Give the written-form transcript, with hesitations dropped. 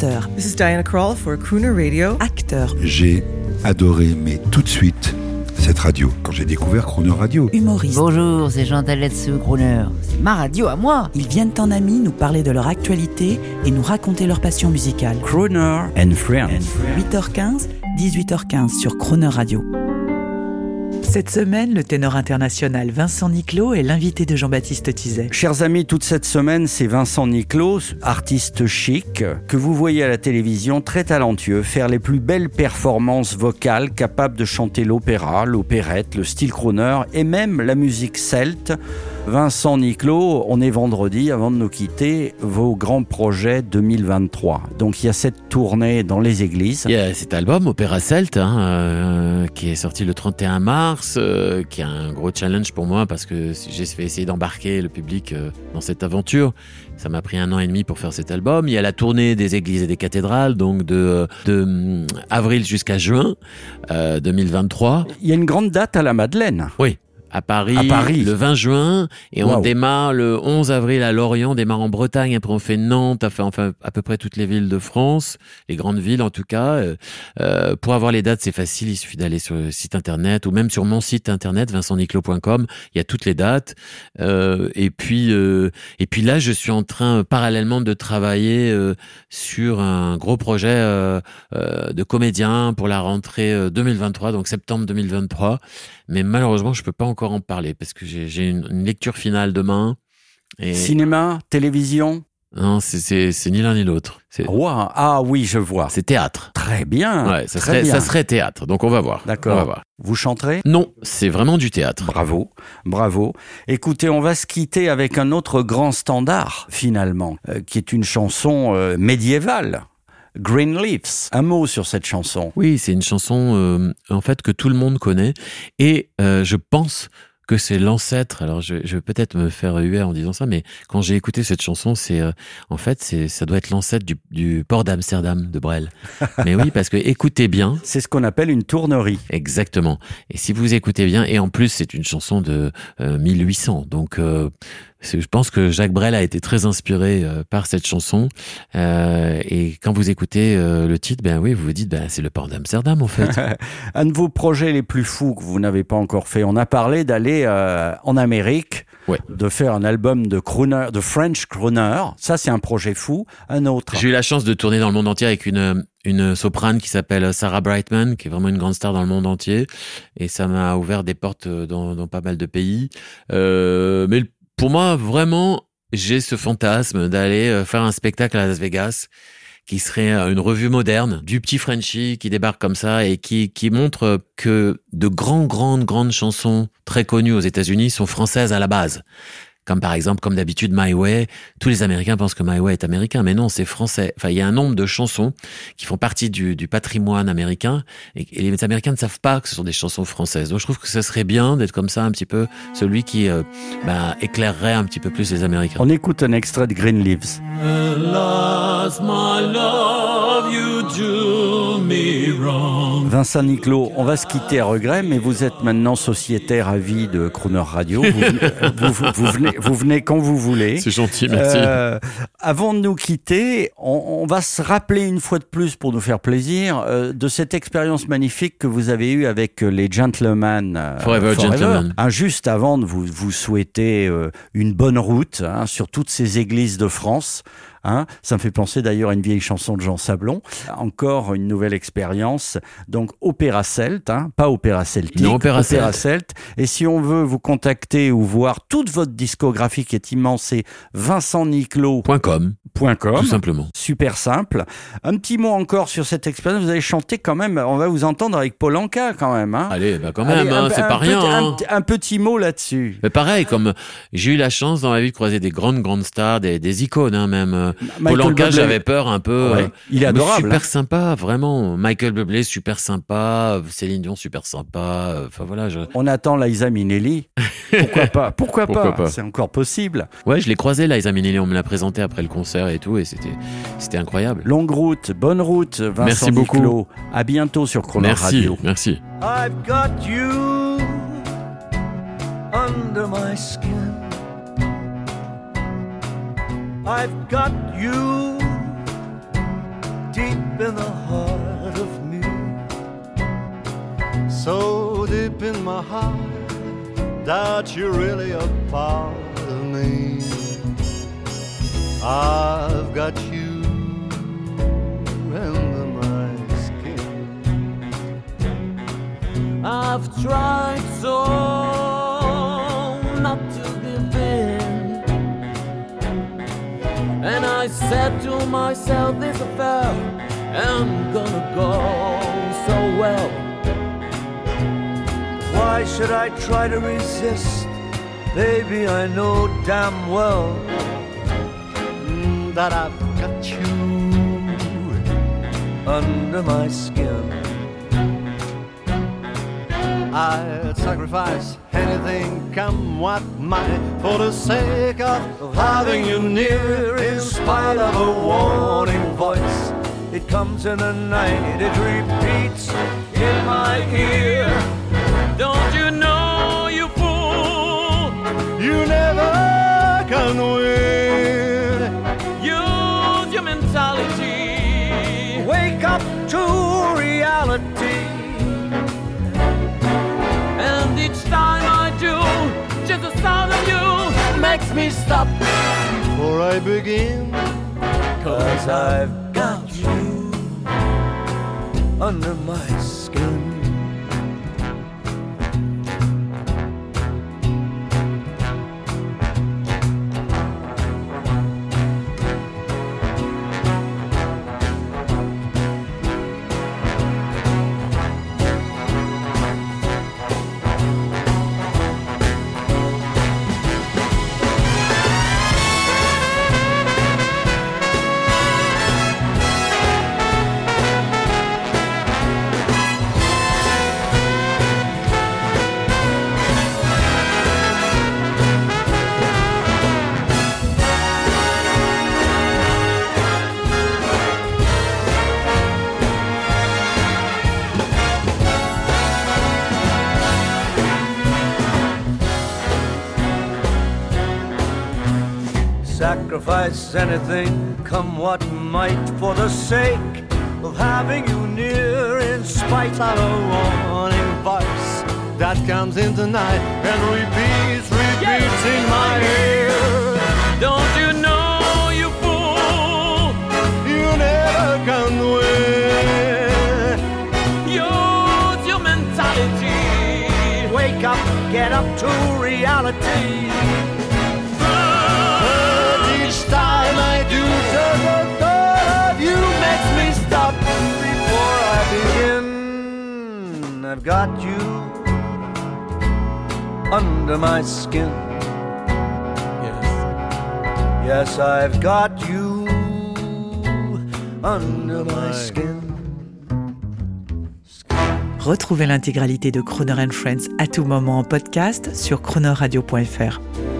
chanteur. This is Diana Krall for Crooner Radio. Acteur. J'ai adoré, mais tout de suite, cette radio, quand j'ai découvert Crooner Radio. Humoriste. Bonjour, c'est Jean Taletsu, Crooner. C'est ma radio à moi. Ils viennent en amis nous parler de leur actualité et nous raconter leur passion musicale. Crooner and Friends. 8h15, 18h15 sur Crooner Radio. Cette semaine, le ténor international Vincent Niclot est l'invité de Jean-Baptiste Tuzet. Chers amis, toute cette semaine, c'est Vincent Niclot, artiste chic, que vous voyez à la télévision, très talentueux, faire les plus belles performances vocales, capable de chanter l'opéra, l'opérette, le style crooner et même la musique celte. Vincent Niclot, on est vendredi, avant de nous quitter, vos grands projets 2023. Donc il y a cette tournée dans les églises. Il y a cet album, Opéra Celte, qui est sorti le 31 mars, qui est un gros challenge pour moi parce que j'ai fait essayer d'embarquer le public dans cette aventure. Ça m'a pris 1 an et demi pour faire cet album. Il y a la tournée des églises et des cathédrales, donc de avril jusqu'à juin 2023. Il y a une grande date à la Madeleine. Oui. À Paris, le 20 juin, et on démarre le 11 avril à Lorient, on démarre en Bretagne, après on fait Nantes, enfin à peu près toutes les villes de France, les grandes villes en tout cas. Pour avoir les dates, c'est facile, il suffit d'aller sur le site internet, ou même sur mon site internet, vincentniclot.com, il y a toutes les dates. Et puis là, je suis en train, parallèlement, de travailler sur un gros projet de comédien pour la rentrée 2023, donc septembre 2023. Mais malheureusement, je peux pas encore en parler parce que j'ai une lecture finale demain. Et... Cinéma, télévision ? Non, c'est ni l'un ni l'autre. Wow. Ah oui, je vois. C'est théâtre. Très bien. Ouais, ça serait théâtre. Donc on va voir. D'accord. On va voir. Vous chanterez ? Non, c'est vraiment du théâtre. Bravo, bravo. Écoutez, on va se quitter avec un autre grand standard finalement, qui est une chanson médiévale. Green Leaves. Un mot sur cette chanson. Oui, c'est une chanson en fait que tout le monde connaît et je pense que c'est l'ancêtre. Alors je vais peut-être me faire huer en disant ça, mais quand j'ai écouté cette chanson, ça doit être l'ancêtre du port d'Amsterdam de Brel. Mais oui, parce que écoutez bien. C'est ce qu'on appelle une tournerie. Exactement. Et si vous écoutez bien, et en plus c'est une chanson de 1800, donc je pense que Jacques Brel a été très inspiré par cette chanson. Et quand vous écoutez le titre, ben oui, vous vous dites, c'est le port d'Amsterdam en fait. Un de vos projets les plus fous que vous n'avez pas encore fait, on a parlé d'aller en Amérique, de faire un album de crooner, de French crooner. Ça, c'est un projet fou. Un autre. J'ai eu la chance de tourner dans le monde entier avec une soprane qui s'appelle Sarah Brightman, qui est vraiment une grande star dans le monde entier. Et ça m'a ouvert des portes dans pas mal de pays. Mais pour moi, vraiment, j'ai ce fantasme d'aller faire un spectacle à Las Vegas qui serait une revue moderne du petit Frenchie qui débarque comme ça et qui montre que de grandes chansons très connues aux États-Unis sont françaises à la base. Comme par exemple, comme d'habitude, My Way. Tous les Américains pensent que My Way est américain, mais non, c'est français. Enfin, il y a un nombre de chansons qui font partie du patrimoine américain et les Américains ne savent pas que ce sont des chansons françaises. Donc, je trouve que ça serait bien d'être comme ça, un petit peu celui qui éclairerait un petit peu plus les Américains. On écoute un extrait de Green Leaves. Alas, my love, you do me wrong. Vincent Niclot, on va se quitter à regret, mais vous êtes maintenant sociétaire à vie de Crooner Radio. Vous venez quand vous voulez. C'est gentil, merci. Avant de nous quitter, on va se rappeler une fois de plus, pour nous faire plaisir, de cette expérience magnifique que vous avez eue avec les Gentlemen. Forever Gentlemen. Juste avant de vous souhaiter une bonne route sur toutes ces églises de France. Ça me fait penser d'ailleurs à une vieille chanson de Jean Sablon. Encore une nouvelle expérience. Donc Opéra Celte, pas Opéra Celtique. Non, Opéra Celte. Et si on veut vous contacter ou voir toute votre discographie qui est immense, c'est vincentniclot.com. Tout simplement. Super simple. Un petit mot encore sur cette expérience. Vous allez chanter quand même. On va vous entendre avec Paul Anka quand même. Allez, quand même, c'est pas rien. Un petit mot là-dessus. Mais pareil, comme j'ai eu la chance dans ma vie de croiser des grandes stars, des icônes même. Paul Anka, j'avais peur un peu. Il est adorable. Super sympa, vraiment. Michael Bublé, super sympa. Céline Dion, super sympa. Enfin voilà. On attend Liza Minnelli. Pourquoi pas. C'est encore possible. Ouais, je l'ai croisé, Liza Minnelli. On me l'a présenté après le concert et tout, et c'était incroyable. Longue route, bonne route, Vincent Merci beaucoup. Niclot. À bientôt sur Crooner Radio. Merci. I've got you under my skin. I've got you in the heart of me, so deep in my heart that you're really a part of me. I've got you under my skin. I've tried so not to give in, and I said to myself, this affair ain't gonna go so well. Why should I try to resist? Baby, I know damn well that I've got you under my skin. I'd sacrifice anything, come what might, for the sake of having you near. In spite of a warning voice, it comes in the night, it repeats in my ear. Don't you know, you fool, you never can win. Use your mentality, wake up to reality. And each time I do, just the sound of you makes me stop before I begin. 'Cause I've got you under my skin. Sacrifice anything, come what might, for the sake of having you near. In spite of a warning voice that comes in the night and repeats in my ear. Don't you know, you fool, you never can win. Use your mentality, wake up, get up to reality. Time I do, just the thought of you makes me stop before I begin. I've got you under my skin. Yes, I've got you under my skin. Retrouvez l'intégralité de Croner & Friends à tout moment en podcast sur cronerradio.fr.